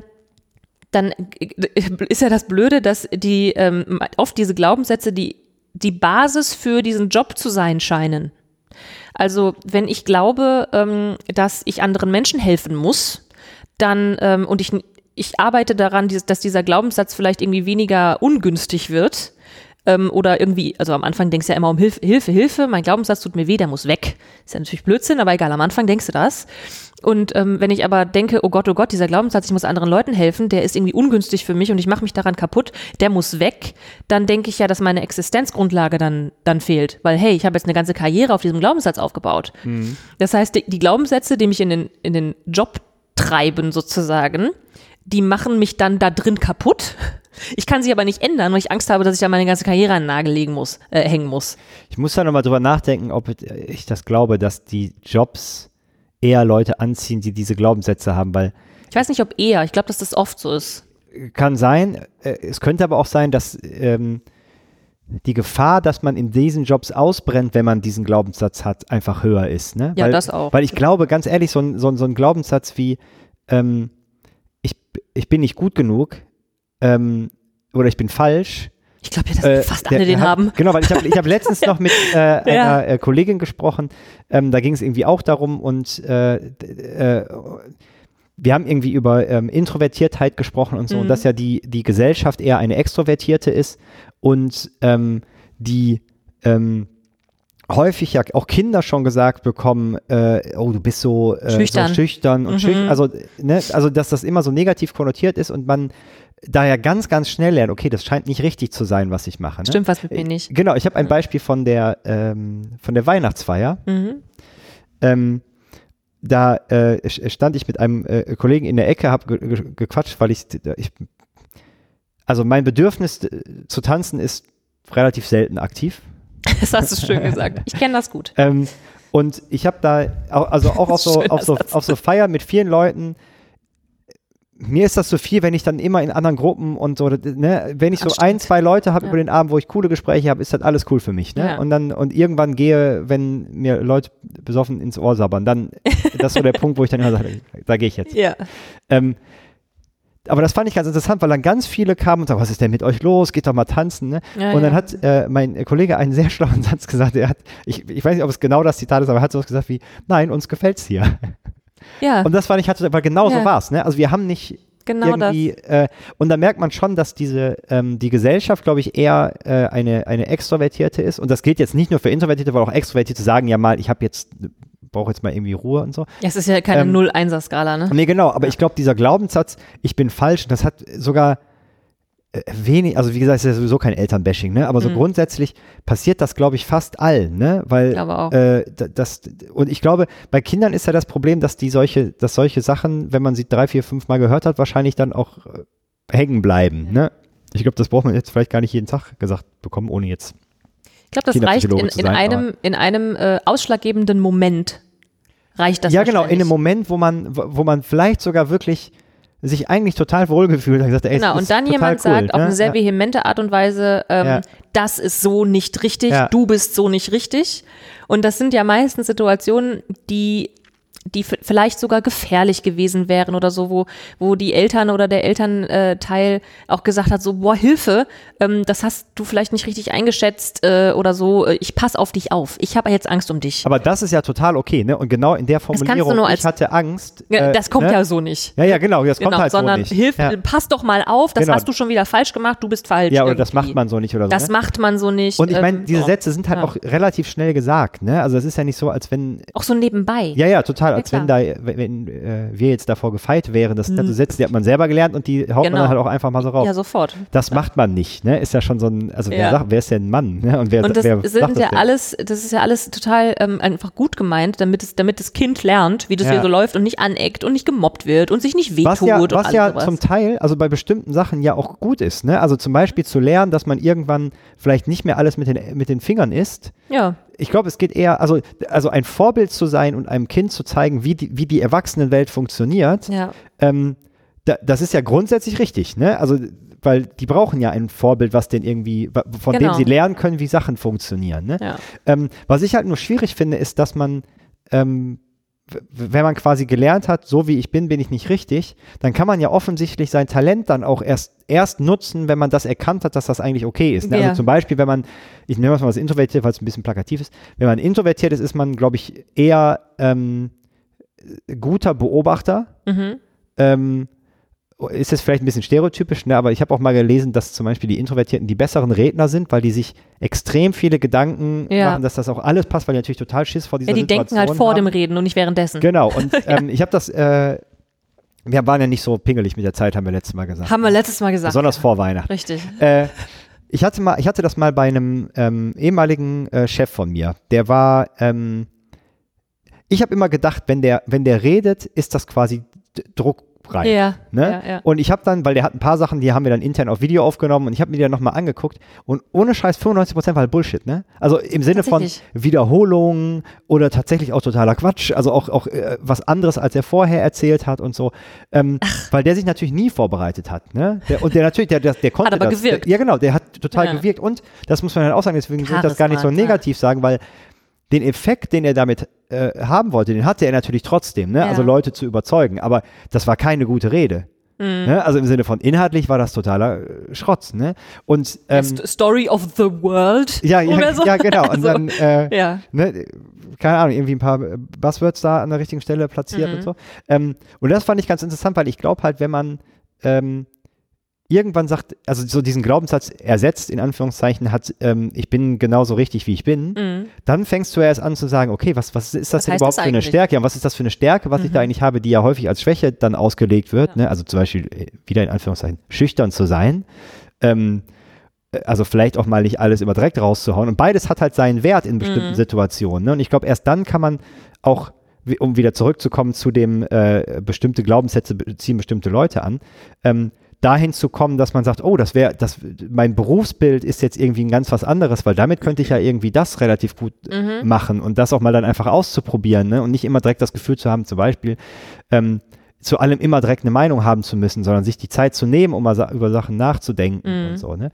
ist ja das Blöde, dass die oft diese Glaubenssätze die Basis für diesen Job zu sein scheinen. Also wenn ich glaube, dass ich anderen Menschen helfen muss, dann und ich arbeite daran, dass dieser Glaubenssatz vielleicht irgendwie weniger ungünstig wird, oder irgendwie, also am Anfang denkst du ja immer um Hilfe, mein Glaubenssatz tut mir weh, der muss weg. Ist ja natürlich Blödsinn, aber egal, am Anfang denkst du das. Und wenn ich aber denke, oh Gott, dieser Glaubenssatz, ich muss anderen Leuten helfen, der ist irgendwie ungünstig für mich und ich mache mich daran kaputt, der muss weg, dann denke ich ja, dass meine Existenzgrundlage dann fehlt. Weil hey, ich habe jetzt eine ganze Karriere auf diesem Glaubenssatz aufgebaut. Das heißt, die Glaubenssätze, die mich in den Job treiben sozusagen, die machen mich dann da drin kaputt. Ich kann sie aber nicht ändern, weil ich Angst habe, dass ich da meine ganze Karriere an den Nagel hängen muss. Ich muss da nochmal drüber nachdenken, ob ich das glaube, dass die Jobs eher Leute anziehen, die diese Glaubenssätze haben, weil ich weiß nicht, ob eher. Ich glaube, dass das oft so ist. Kann sein. Es könnte aber auch sein, dass die Gefahr, dass man in diesen Jobs ausbrennt, wenn man diesen Glaubenssatz hat, einfach höher ist. Ne? Ja, das auch. Weil ich glaube, ganz ehrlich, so ein Glaubenssatz wie ich bin nicht gut genug, oder ich bin falsch. Ich glaube ja, dass fast alle den haben. Genau, weil ich hab letztens noch mit einer Kollegin gesprochen, da ging es irgendwie auch darum und wir haben irgendwie über Introvertiertheit gesprochen und so, und dass ja die Gesellschaft eher eine extrovertierte ist und die häufig ja auch Kinder schon gesagt bekommen, oh, du bist so schüchtern und schüchtern, also dass das immer so negativ konnotiert ist und man daher ganz, ganz schnell lernt, okay, das scheint nicht richtig zu sein, was ich mache. Ne? Stimmt was mit mir nicht. Genau, ich habe ein Beispiel von der Weihnachtsfeier. Da stand ich mit einem Kollegen in der Ecke, habe gequatscht, weil also mein Bedürfnis zu tanzen ist relativ selten aktiv. Das hast du schön gesagt. Ich kenne das gut. Und ich habe da, auch auf so Feiern mit vielen Leuten, mir ist das so viel, wenn ich dann immer in anderen Gruppen und so, ne, wenn ich so ein, zwei Leute habe über den Abend, wo ich coole Gespräche habe, ist das alles cool für mich, ne? Ja. Und irgendwann gehe, wenn mir Leute besoffen ins Ohr sabbern, dann, das ist so der Punkt, wo ich dann immer sage, da gehe ich jetzt. Ja. Aber das fand ich ganz interessant, weil dann ganz viele kamen und sagten, was ist denn mit euch los? Geht doch mal tanzen, ne? Ja, und dann hat mein Kollege einen sehr schlauen Satz gesagt, ich weiß nicht, ob es genau das Zitat ist, aber er hat sowas gesagt wie, nein, uns gefällt's hier. Ja. Und das fand ich, weil genau so war es, ne? Also wir haben nicht irgendwie, und da merkt man schon, dass die Gesellschaft, glaube ich, eher eine extrovertierte ist, und das gilt jetzt nicht nur für Introvertierte, weil auch Extrovertierte sagen, ja mal, brauche jetzt mal irgendwie Ruhe und so. Ja, es ist ja keine 0-1er-Skala, ne? Nee, genau, aber ich glaube, dieser Glaubenssatz, ich bin falsch, das hat sogar wenig, also wie gesagt, es ist ja sowieso kein Elternbashing, ne? Aber so grundsätzlich passiert das, glaube ich, fast allen, ne? Weil ich glaube auch. Und ich glaube, bei Kindern ist ja das Problem, dass solche Sachen, wenn man sie 3, 4, 5 Mal gehört hat, wahrscheinlich dann auch hängen bleiben, ne? Ich glaube, das braucht man jetzt vielleicht gar nicht jeden Tag gesagt bekommen, ohne jetzt. Ich glaube, das reicht in einem ausschlaggebenden Moment. Reicht das? Ja, genau, in einem Moment, wo man vielleicht sogar wirklich sich eigentlich total wohlgefühlt hat, gesagt, ey, genau, und dann jemand sagt auf eine sehr vehemente Art und Weise, das ist so nicht richtig, du bist so nicht richtig. Und das sind ja meistens Situationen, die vielleicht sogar gefährlich gewesen wären oder so, wo die Eltern oder der Elternteil auch gesagt hat, so, boah, Hilfe, das hast du vielleicht nicht richtig eingeschätzt oder so, ich pass auf dich auf, ich habe jetzt Angst um dich. Aber das ist ja total okay, ne? Und genau in der Formulierung, ich hatte Angst. Das kommt ja so nicht. Ja, genau, das kommt halt sondern so nicht. Sondern pass doch mal auf, das hast du schon wieder falsch gemacht, du bist falsch. Ja, oder das macht man so nicht oder so. Das macht man so nicht. Und ich meine, diese Sätze sind halt auch relativ schnell gesagt, ne? Also es ist ja nicht so, als wenn. Auch so nebenbei. Ja, total. als wenn wir jetzt davor gefeit wären, das zu setzen, die hat man selber gelernt und die haut man dann halt auch einfach mal so raus. Ja, sofort. Das macht man nicht, ne? Ist ja schon so ein, also wer ist denn ein Mann, ne? Und das wer ist ja alles total einfach gut gemeint, damit das Kind lernt, wie das hier so läuft und nicht aneckt und nicht gemobbt wird und sich nicht wehtut. Was ja zum Teil, also bei bestimmten Sachen ja auch gut ist, ne? Also zum Beispiel zu lernen, dass man irgendwann vielleicht nicht mehr alles mit den Fingern isst. Ja. Ich glaube, es geht eher, also ein Vorbild zu sein und einem Kind zu zeigen, wie die Erwachsenenwelt funktioniert, das ist ja grundsätzlich richtig, ne? Also, weil die brauchen ja ein Vorbild, was den irgendwie, von dem sie lernen können, wie Sachen funktionieren, ne? Ja. Was ich halt nur schwierig finde, ist, dass man, wenn man quasi gelernt hat, so wie ich bin ich nicht richtig, dann kann man ja offensichtlich sein Talent dann auch erst nutzen, wenn man das erkannt hat, dass das eigentlich okay ist. Ne? Also zum Beispiel, wenn man, ich nehme mal das introvertiert, weil es ein bisschen plakativ ist, wenn man introvertiert ist, ist man, glaube ich, eher guter Beobachter. Ist jetzt vielleicht ein bisschen stereotypisch, ne? Aber ich habe auch mal gelesen, dass zum Beispiel die Introvertierten die besseren Redner sind, weil die sich extrem viele Gedanken machen, dass das auch alles passt, weil die natürlich total Schiss vor dieser Situation haben. Die denken halt vor dem Reden und nicht währenddessen. Genau, und ich habe das, wir waren ja nicht so pingelig mit der Zeit, haben wir letztes Mal gesagt. Haben wir letztes Mal gesagt. Besonders vor Weihnachten. Richtig. Ich hatte das mal bei einem ehemaligen Chef von mir, der war, ich habe immer gedacht, wenn der redet, ist das quasi druckreif. Ne? Ja. Und ich habe dann, weil der hat ein paar Sachen, die haben wir dann intern auf Video aufgenommen und ich habe mir die dann nochmal angeguckt und ohne Scheiß 95% war halt Bullshit, ne? Also im Sinne von Wiederholungen oder tatsächlich auch totaler Quatsch, also auch was anderes, als er vorher erzählt hat und so, weil der sich natürlich nie vorbereitet hat, ne? Der konnte hat aber das. Gewirkt. Ja genau, der hat total gewirkt und das muss man halt auch sagen, deswegen will ich das gar nicht so negativ sagen, weil den Effekt, den er damit haben wollte, den hatte er natürlich trotzdem, ne? Also Leute zu überzeugen, aber das war keine gute Rede. Ne? Also im Sinne von inhaltlich war das totaler Schrott, ne? Und Story of the World oder so. Ja, genau. Und also, dann, ne, keine Ahnung, irgendwie ein paar Buzzwords da an der richtigen Stelle platziert und so. Und das fand ich ganz interessant, weil ich glaube halt, wenn man irgendwann sagt, also so diesen Glaubenssatz ersetzt, in Anführungszeichen, ich bin genauso richtig, wie ich bin, dann fängst du erst an zu sagen, okay, was ist das denn überhaupt für eine Stärke? Ja, was ist das für eine Stärke, was ich da eigentlich habe, die ja häufig als Schwäche dann ausgelegt wird, ne? Also zum Beispiel, wieder in Anführungszeichen, schüchtern zu sein, also vielleicht auch mal nicht alles immer direkt rauszuhauen und beides hat halt seinen Wert in bestimmten Situationen, ne? Und ich glaube, erst dann kann man auch, um wieder zurückzukommen zu dem, bestimmte Glaubenssätze ziehen bestimmte Leute an, dahin zu kommen, dass man sagt, oh, mein Berufsbild ist jetzt irgendwie ein ganz was anderes, weil damit könnte ich ja irgendwie das relativ gut machen und das auch mal dann einfach auszuprobieren, ne? Und nicht immer direkt das Gefühl zu haben, zum Beispiel, zu allem immer direkt eine Meinung haben zu müssen, sondern sich die Zeit zu nehmen, um mal über Sachen nachzudenken und so, ne?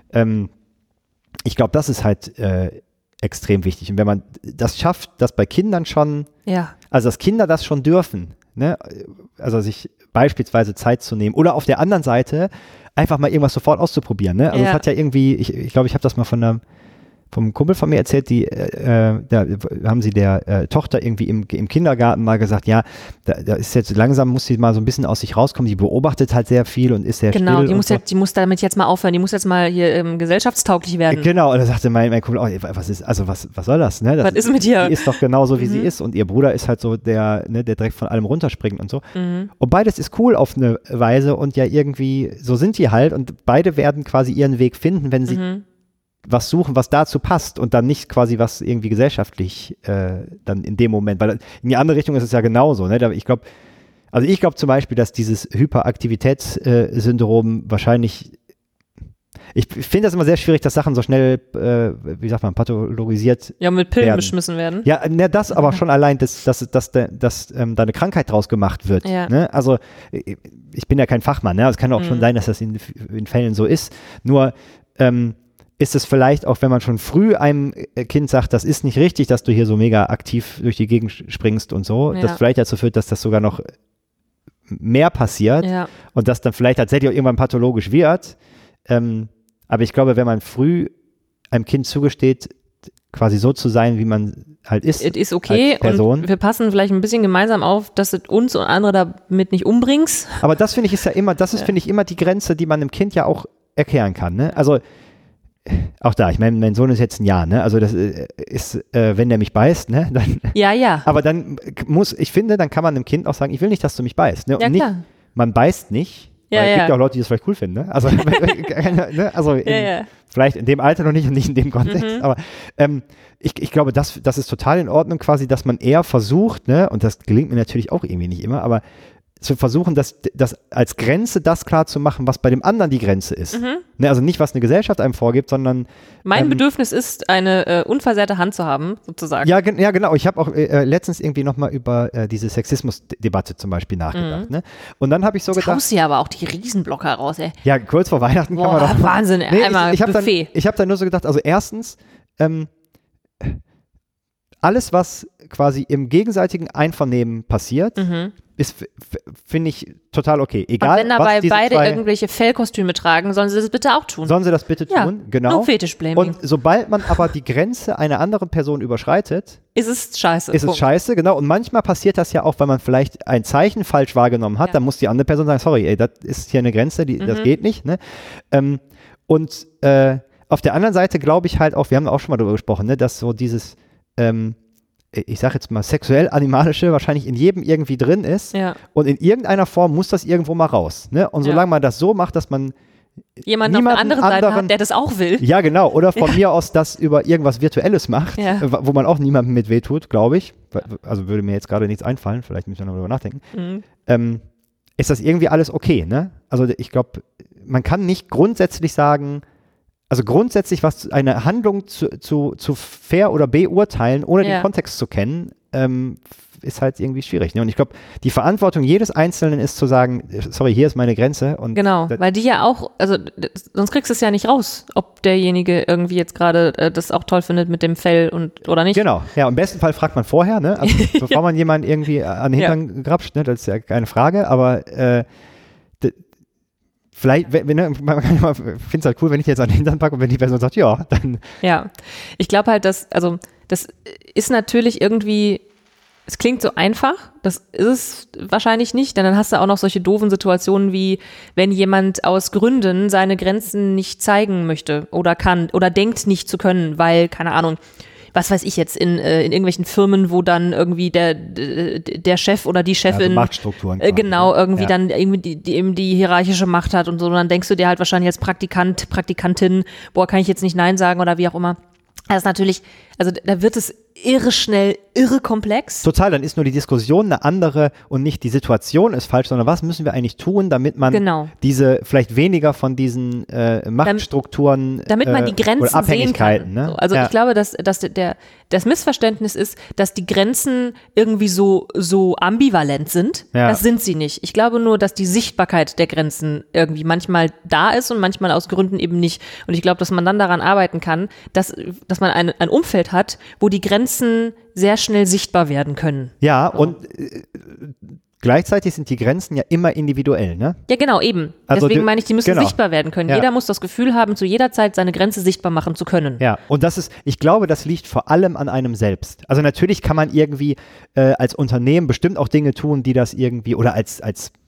Ich glaube, das ist halt extrem wichtig. Und wenn man das schafft, das bei Kindern schon, also dass Kinder das schon dürfen, ne? Also sich beispielsweise Zeit zu nehmen oder auf der anderen Seite einfach mal irgendwas sofort auszuprobieren, ne? Also es hat ja irgendwie, ich glaube, ich habe das mal vom Kumpel von mir erzählt, da haben sie der Tochter irgendwie im Kindergarten mal gesagt, ja, da ist jetzt langsam, muss sie mal so ein bisschen aus sich rauskommen, die beobachtet halt sehr viel und ist sehr still. Genau, die muss damit jetzt mal aufhören, die muss jetzt mal hier gesellschaftstauglich werden. Genau, und da sagte mein Kumpel, was soll das, ne? Was ist mit dir? Die ist doch genauso, wie sie ist und ihr Bruder ist halt so der direkt von allem runterspringt und so. Und beides ist cool auf eine Weise und ja irgendwie, so sind die halt und beide werden quasi ihren Weg finden, wenn sie was suchen, was dazu passt und dann nicht quasi was irgendwie gesellschaftlich dann in dem Moment, weil in die andere Richtung ist es ja genauso, ne? Ich glaube zum Beispiel, dass dieses Hyperaktivitätssyndrom wahrscheinlich, ich finde das immer sehr schwierig, dass Sachen so schnell, wie sagt man, pathologisiert mit Pillen werden. beschmissen werden. Ja, ne, das aber schon allein, dass da eine Krankheit draus gemacht wird. Ja. Ne? Also ich bin ja kein Fachmann, ne? Es kann auch schon sein, dass das in Fällen so ist, nur ist es vielleicht auch, wenn man schon früh einem Kind sagt, das ist nicht richtig, dass du hier so mega aktiv durch die Gegend springst und so, das vielleicht dazu führt, dass das sogar noch mehr passiert und das dann vielleicht tatsächlich auch irgendwann pathologisch wird. Aber ich glaube, wenn man früh einem Kind zugesteht, quasi so zu sein, wie man halt ist, es ist okay als Person. Und wir passen vielleicht ein bisschen gemeinsam auf, dass es uns und andere damit nicht umbringst. Aber das finde ich finde ich immer die Grenze, die man einem Kind ja auch erklären kann. Ne? Also auch da, ich meine, mein Sohn ist jetzt ein Jahr, ne? Also das ist, wenn der mich beißt, ne? Dann, Ja. aber dann ich finde, dann kann man einem Kind auch sagen, ich will nicht, dass du mich beißt. Ne? Und Ja, nicht, klar. man beißt nicht, weil es gibt ja auch Leute, die das vielleicht cool finden, ne? Also, ne? Also vielleicht in dem Alter noch nicht und nicht in dem Kontext, aber ich glaube, das ist total in Ordnung quasi, dass man eher versucht, ne? Und das gelingt mir natürlich auch irgendwie nicht immer, aber zu versuchen, das als Grenze das klar zu machen, was bei dem anderen die Grenze ist. Ne, also nicht, was eine Gesellschaft einem vorgibt, sondern mein Bedürfnis ist, eine unversehrte Hand zu haben, sozusagen. Ja, genau. Ich habe auch letztens irgendwie nochmal über diese Sexismusdebatte zum Beispiel nachgedacht. Ne? Und dann habe ich so Jetzt gedacht. haust du ja aber auch die Riesenblocker raus, ey. Ja, kurz vor Weihnachten kann man doch. Wahnsinn, einmal Buffet. Ich habe dann nur so gedacht, also erstens, alles, was quasi im gegenseitigen Einvernehmen passiert, ist, finde ich, total okay. Egal, und wenn dabei beide irgendwelche Fellkostüme tragen, sollen sie das bitte auch tun. Sollen sie das bitte tun, genau. No Fetischblaming. Und sobald man aber die Grenze einer anderen Person überschreitet, ist es scheiße. Ist es scheiße, genau. Und manchmal passiert das ja auch, weil man vielleicht ein Zeichen falsch wahrgenommen hat, dann muss die andere Person sagen, sorry, ey, das ist hier eine Grenze, das geht nicht. Ne? Und auf der anderen Seite glaube ich halt auch, wir haben auch schon mal darüber gesprochen, ne, dass so dieses ich sag jetzt mal, sexuell-animalische wahrscheinlich in jedem irgendwie drin ist. Ja. Und in irgendeiner Form muss das irgendwo mal raus. Ne? Und solange man das so macht, dass man jemanden auf der anderen Seite hat, der das auch will. Ja, genau. Oder von mir aus das über irgendwas Virtuelles macht, wo man auch niemandem mit wehtut, glaube ich. Also würde mir jetzt gerade nichts einfallen, vielleicht müssen wir noch darüber nachdenken. Ist das irgendwie alles okay, ne? Also ich glaube, man kann nicht grundsätzlich sagen, also grundsätzlich was eine Handlung zu fair oder beurteilen, ohne den Kontext zu kennen, ist halt irgendwie schwierig. Ne? Und ich glaube, die Verantwortung jedes Einzelnen ist zu sagen, sorry, hier ist meine Grenze. Und genau, weil die ja auch, also sonst kriegst du es ja nicht raus, ob derjenige irgendwie jetzt gerade das auch toll findet mit dem Fell oder nicht. Genau, ja, im besten Fall fragt man vorher, ne? Also bevor man jemanden irgendwie an den Hintern grapscht, ne? Das ist ja keine Frage, aber vielleicht, ich finde es halt cool, wenn ich jetzt an den Hintern packe und wenn die Person sagt, ja, dann. Ja, ich glaube halt, das ist natürlich irgendwie, es klingt so einfach, das ist es wahrscheinlich nicht, denn dann hast du auch noch solche doofen Situationen wie, wenn jemand aus Gründen seine Grenzen nicht zeigen möchte oder kann oder denkt nicht zu können, weil, keine Ahnung, was weiß ich jetzt, in irgendwelchen Firmen, wo dann irgendwie der Chef oder die Chefin also Machtstrukturen genau, irgendwie dann irgendwie eben die hierarchische Macht hat und so, und dann denkst du dir halt wahrscheinlich als Praktikantin, boah, kann ich jetzt nicht Nein sagen oder wie auch immer. Das ist natürlich, also da wird es irre schnell, irre komplex. Total, dann ist nur die Diskussion eine andere und nicht die Situation ist falsch, sondern was müssen wir eigentlich tun, damit man diese, vielleicht weniger von diesen Machtstrukturen damit man die Grenzen sehen kann. Ne? So, also ich glaube, dass das Missverständnis ist, dass die Grenzen irgendwie so ambivalent sind. Ja. Das sind sie nicht. Ich glaube nur, dass die Sichtbarkeit der Grenzen irgendwie manchmal da ist und manchmal aus Gründen eben nicht. Und ich glaube, dass man dann daran arbeiten kann, dass man ein Umfeld hat, wo die Grenzen sehr schnell sichtbar werden können. Ja, so. Und gleichzeitig sind die Grenzen ja immer individuell, ne? Ja, genau, eben. Also deswegen meine ich, die müssen sichtbar werden können. Ja. Jeder muss das Gefühl haben, zu jeder Zeit seine Grenze sichtbar machen zu können. Ja, und ich glaube, das liegt vor allem an einem selbst. Also natürlich kann man irgendwie als Unternehmen bestimmt auch Dinge tun, die das irgendwie, oder als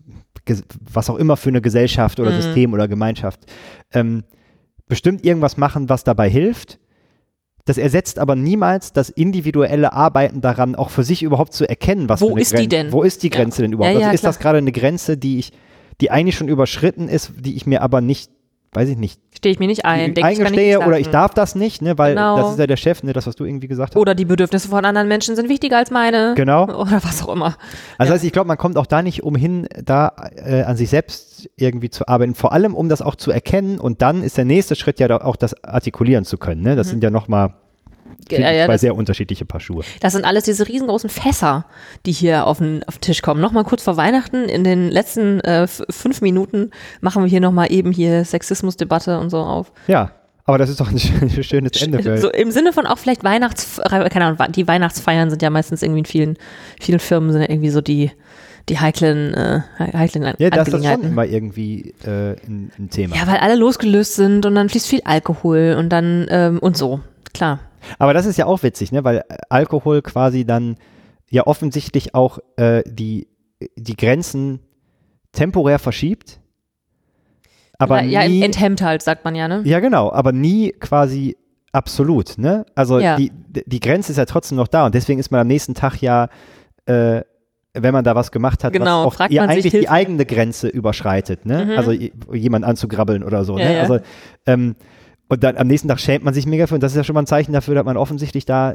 was auch immer für eine Gesellschaft oder System oder Gemeinschaft, bestimmt irgendwas machen, was dabei hilft. Das ersetzt aber niemals das individuelle Arbeiten daran, auch für sich überhaupt zu erkennen, was wo ist die denn? Wo ist die Grenze denn überhaupt? Also ist das gerade eine Grenze, die eigentlich schon überschritten ist, die ich mir aber nicht, weiß ich nicht. Stehe ich mir nicht ein, eingestehe oder ich darf das nicht, ne, weil das ist ja der Chef, ne, das, was du irgendwie gesagt hast. Oder die Bedürfnisse von anderen Menschen sind wichtiger als meine. Genau. Oder was auch immer. Also heißt, ich glaube, man kommt auch da nicht umhin, da an sich selbst irgendwie zu arbeiten, vor allem um das auch zu erkennen, und dann ist der nächste Schritt ja auch das artikulieren zu können, ne? Das sind ja nochmal zwei sehr unterschiedliche Paar Schuhe. Das sind alles diese riesengroßen Fässer, die hier auf den Tisch kommen. Nochmal kurz vor Weihnachten, in den letzten 5 Minuten machen wir hier nochmal eben hier Sexismusdebatte und so auf. Ja, aber das ist doch ein schönes Ende. So im Sinne von auch vielleicht keine Ahnung, die Weihnachtsfeiern sind ja meistens irgendwie in vielen Firmen sind ja irgendwie so die heiklen Angelegenheiten. Ja, das ist schon immer irgendwie ein Thema. Ja, weil alle losgelöst sind und dann fließt viel Alkohol und dann und so, klar. Aber das ist ja auch witzig, ne? Weil Alkohol quasi dann ja offensichtlich auch die Grenzen temporär verschiebt. Aber ja, nie, enthemmt halt, sagt man ja, ne? ja, genau, aber nie quasi absolut, ne? Also die Grenze ist ja trotzdem noch da und deswegen ist man am nächsten Tag ja, wenn man da was gemacht hat, genau, was auch eigentlich die eigene Grenze überschreitet, ne? Also jemand anzugrabbeln oder so, ne? Ja. Also und dann am nächsten Tag schämt man sich mega für und das ist ja schon mal ein Zeichen dafür, dass man offensichtlich da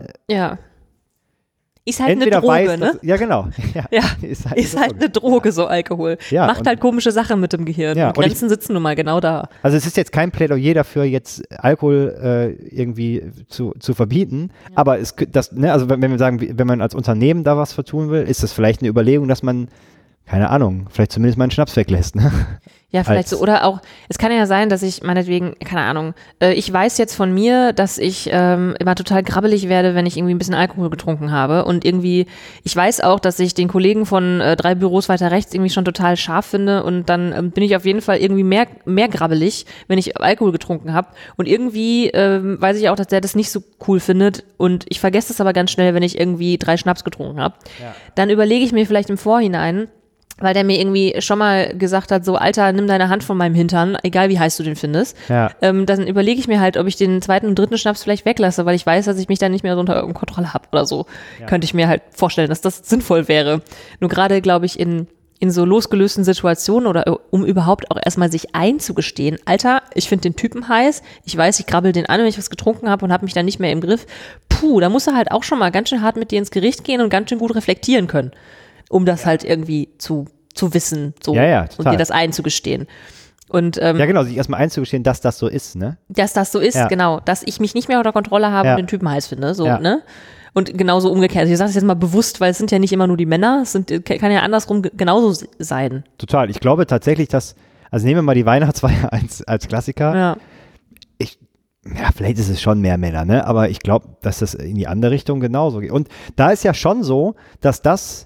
ist halt entweder eine Droge, weiß, ne? ja, genau. Ja, ist halt eine Droge, so Alkohol. Ja, macht halt komische Sachen mit dem Gehirn. Ja, und Grenzen sitzen nun mal genau da. Also es ist jetzt kein Plädoyer dafür, jetzt Alkohol irgendwie zu verbieten, aber also wenn wir sagen, wenn man als Unternehmen da was für tun will, ist das vielleicht eine Überlegung, dass man, keine Ahnung, vielleicht zumindest mal einen Schnaps weglässt, ne? Ja, vielleicht so. Oder auch, es kann ja sein, dass ich meinetwegen, keine Ahnung, ich weiß jetzt von mir, dass ich immer total grabbelig werde, wenn ich irgendwie ein bisschen Alkohol getrunken habe. Und irgendwie, ich weiß auch, dass ich den Kollegen von 3 Büros weiter rechts irgendwie schon total scharf finde. Und dann bin ich auf jeden Fall irgendwie mehr grabbelig, wenn ich Alkohol getrunken habe. Und irgendwie weiß ich auch, dass der das nicht so cool findet. Und ich vergesse es aber ganz schnell, wenn ich irgendwie 3 Schnaps getrunken habe. Ja. Dann überlege ich mir vielleicht im Vorhinein, weil der mir irgendwie schon mal gesagt hat, so, Alter, nimm deine Hand von meinem Hintern, egal wie heiß du den findest. Ja. Dann überlege ich mir halt, ob ich den 2. und 3. Schnaps vielleicht weglasse, weil ich weiß, dass ich mich dann nicht mehr so unter Kontrolle habe oder so. Ja. Könnte ich mir halt vorstellen, dass das sinnvoll wäre. Nur gerade, glaube ich, in so losgelösten Situationen oder um überhaupt auch erstmal sich einzugestehen, Alter, ich finde den Typen heiß, ich weiß, ich krabbel den an, wenn ich was getrunken habe und habe mich dann nicht mehr im Griff. Da musst du halt auch schon mal ganz schön hart mit dir ins Gericht gehen und ganz schön gut reflektieren können, um das halt irgendwie zu wissen, so, und dir das einzugestehen. Und, ja, genau, sich erstmal einzugestehen, dass das so ist, ne? Dass das so ist, genau. Dass ich mich nicht mehr unter Kontrolle habe und den Typen heiß finde, so, ne? Und genauso umgekehrt. Ich sage das jetzt mal bewusst, weil es sind ja nicht immer nur die Männer, kann ja andersrum genauso sein. Total. Ich glaube tatsächlich, also nehmen wir mal die Weihnachtsfeier als Klassiker. Ja. Vielleicht ist es schon mehr Männer, ne? Aber ich glaube, dass das in die andere Richtung genauso geht. Und da ist ja schon so, dass das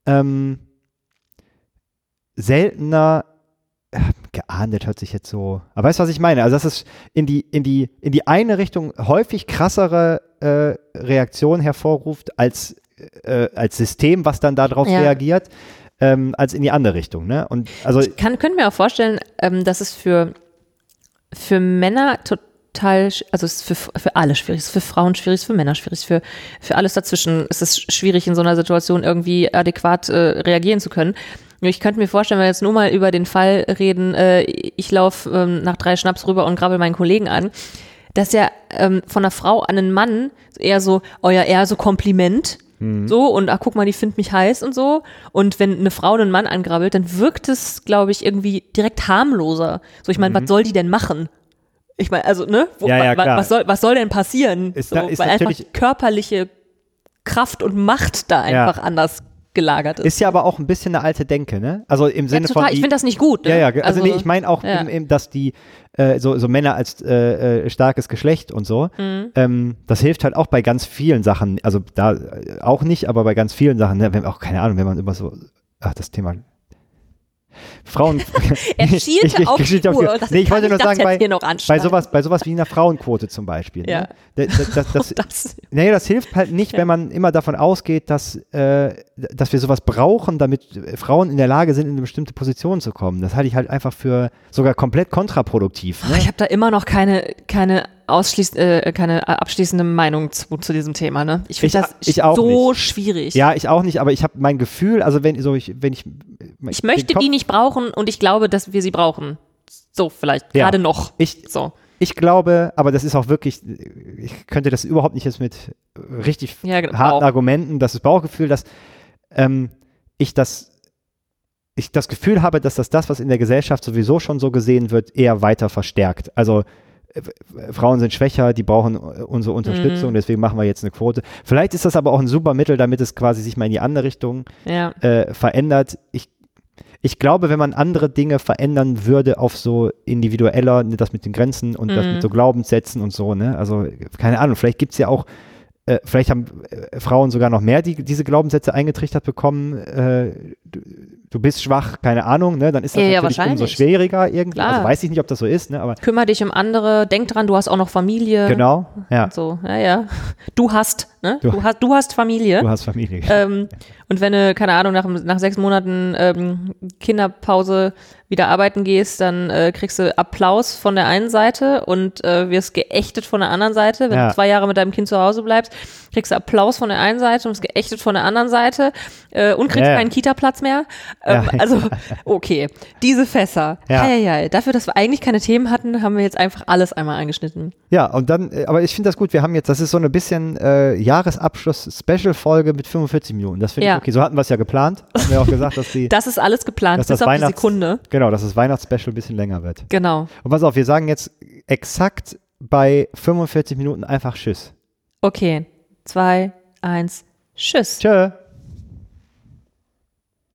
seltener geahndet hört sich jetzt so, aber weißt du, was ich meine? Also dass es in die eine Richtung häufig krassere Reaktionen hervorruft als System, was dann darauf reagiert, als in die andere Richtung, ne? Und also ich könnte mir auch vorstellen, dass es für Männer total, also es ist für alle schwierig, es ist für Frauen schwierig, es ist für Männer schwierig, für alles dazwischen ist es schwierig, in so einer Situation irgendwie adäquat reagieren zu können. Ich könnte mir vorstellen, wenn wir jetzt nur mal über den Fall reden, ich laufe nach 3 Schnaps rüber und grabbel meinen Kollegen an, dass ja von einer Frau an einen Mann eher so Kompliment, so, und guck mal, die findet mich heiß und so. Und wenn eine Frau einen Mann angrabbelt, dann wirkt es, glaube ich, irgendwie direkt harmloser. So, ich meine, was soll die denn machen? Ich meine, also, ne? Was soll denn passieren? Weil einfach körperliche Kraft und Macht da einfach anders gelagert ist. Ist ja aber auch ein bisschen eine alte Denke, ne? Also im Sinne von. Ich finde das nicht gut. Ne? Ja, also nee, ich meine auch, dass die so Männer als starkes Geschlecht und so, das hilft halt auch bei ganz vielen Sachen, also da auch nicht, aber bei ganz vielen Sachen, ne? Auch keine Ahnung, wenn man über so, das Thema Frauen. Er schielte auf die Uhr. Nee, ich wollte nur sagen, bei sowas wie einer Frauenquote zum Beispiel. Ja. Ne? Das hilft halt nicht, wenn man immer davon ausgeht, dass wir sowas brauchen, damit Frauen in der Lage sind, in eine bestimmte Position zu kommen. Das halte ich halt einfach für sogar komplett kontraproduktiv. Ne? Ich habe da immer noch keine abschließende Meinung zu diesem Thema. Ne? Ich finde das so schwierig. Ja, ich auch nicht, aber ich habe mein Gefühl, also wenn ich möchte die nicht brauchen und ich glaube, dass wir sie brauchen. So vielleicht, gerade noch. Ich glaube, aber das ist auch wirklich, ich könnte das überhaupt nicht jetzt mit richtig harten Argumenten, das ist Bauchgefühl, dass ich das Gefühl habe, dass das, was in der Gesellschaft sowieso schon so gesehen wird, eher weiter verstärkt. Also Frauen sind schwächer, die brauchen unsere Unterstützung, deswegen machen wir jetzt eine Quote. Vielleicht ist das aber auch ein super Mittel, damit es quasi sich mal in die andere Richtung verändert. Ich glaube, wenn man andere Dinge verändern würde auf so individueller, das mit den Grenzen und das mit so Glaubenssätzen und so, ne? Also, keine Ahnung, vielleicht gibt es ja auch, vielleicht haben Frauen sogar noch mehr, die diese Glaubenssätze eingetrichtert bekommen, du bist schwach, keine Ahnung, ne? Dann ist das natürlich umso schwieriger irgendwie. Klar. Also weiß ich nicht, ob das so ist, ne? Aber kümmere dich um andere, denk dran, du hast auch noch Familie. Genau, ja. So, ja. Du hast, Ne? Du Du hast Familie. Du hast Familie. Und wenn du, keine Ahnung, nach 6 Monaten Kinderpause wieder arbeiten gehst, dann kriegst du Applaus von der einen Seite und wirst geächtet von der anderen Seite. Wenn du 2 Jahre mit deinem Kind zu Hause bleibst, kriegst du Applaus von der einen Seite und wirst geächtet von der anderen Seite und kriegst keinen Kita-Platz mehr. Also, okay, diese Fässer. Ja. Dafür, dass wir eigentlich keine Themen hatten, haben wir jetzt einfach alles einmal angeschnitten. Ja, und dann, aber ich finde das gut, wir haben jetzt, das ist so ein bisschen Jahresabschluss-Special-Folge mit 45 Minuten. Das finde ich okay. So hatten wir es ja geplant. Haben wir auch gesagt, dass die. Das ist alles geplant, bis auf die Sekunde. Genau, dass das Weihnachtsspecial ein bisschen länger wird. Genau. Und pass auf, wir sagen jetzt exakt bei 45 Minuten einfach Tschüss. Okay, 2, 1, Tschüss. Tschö.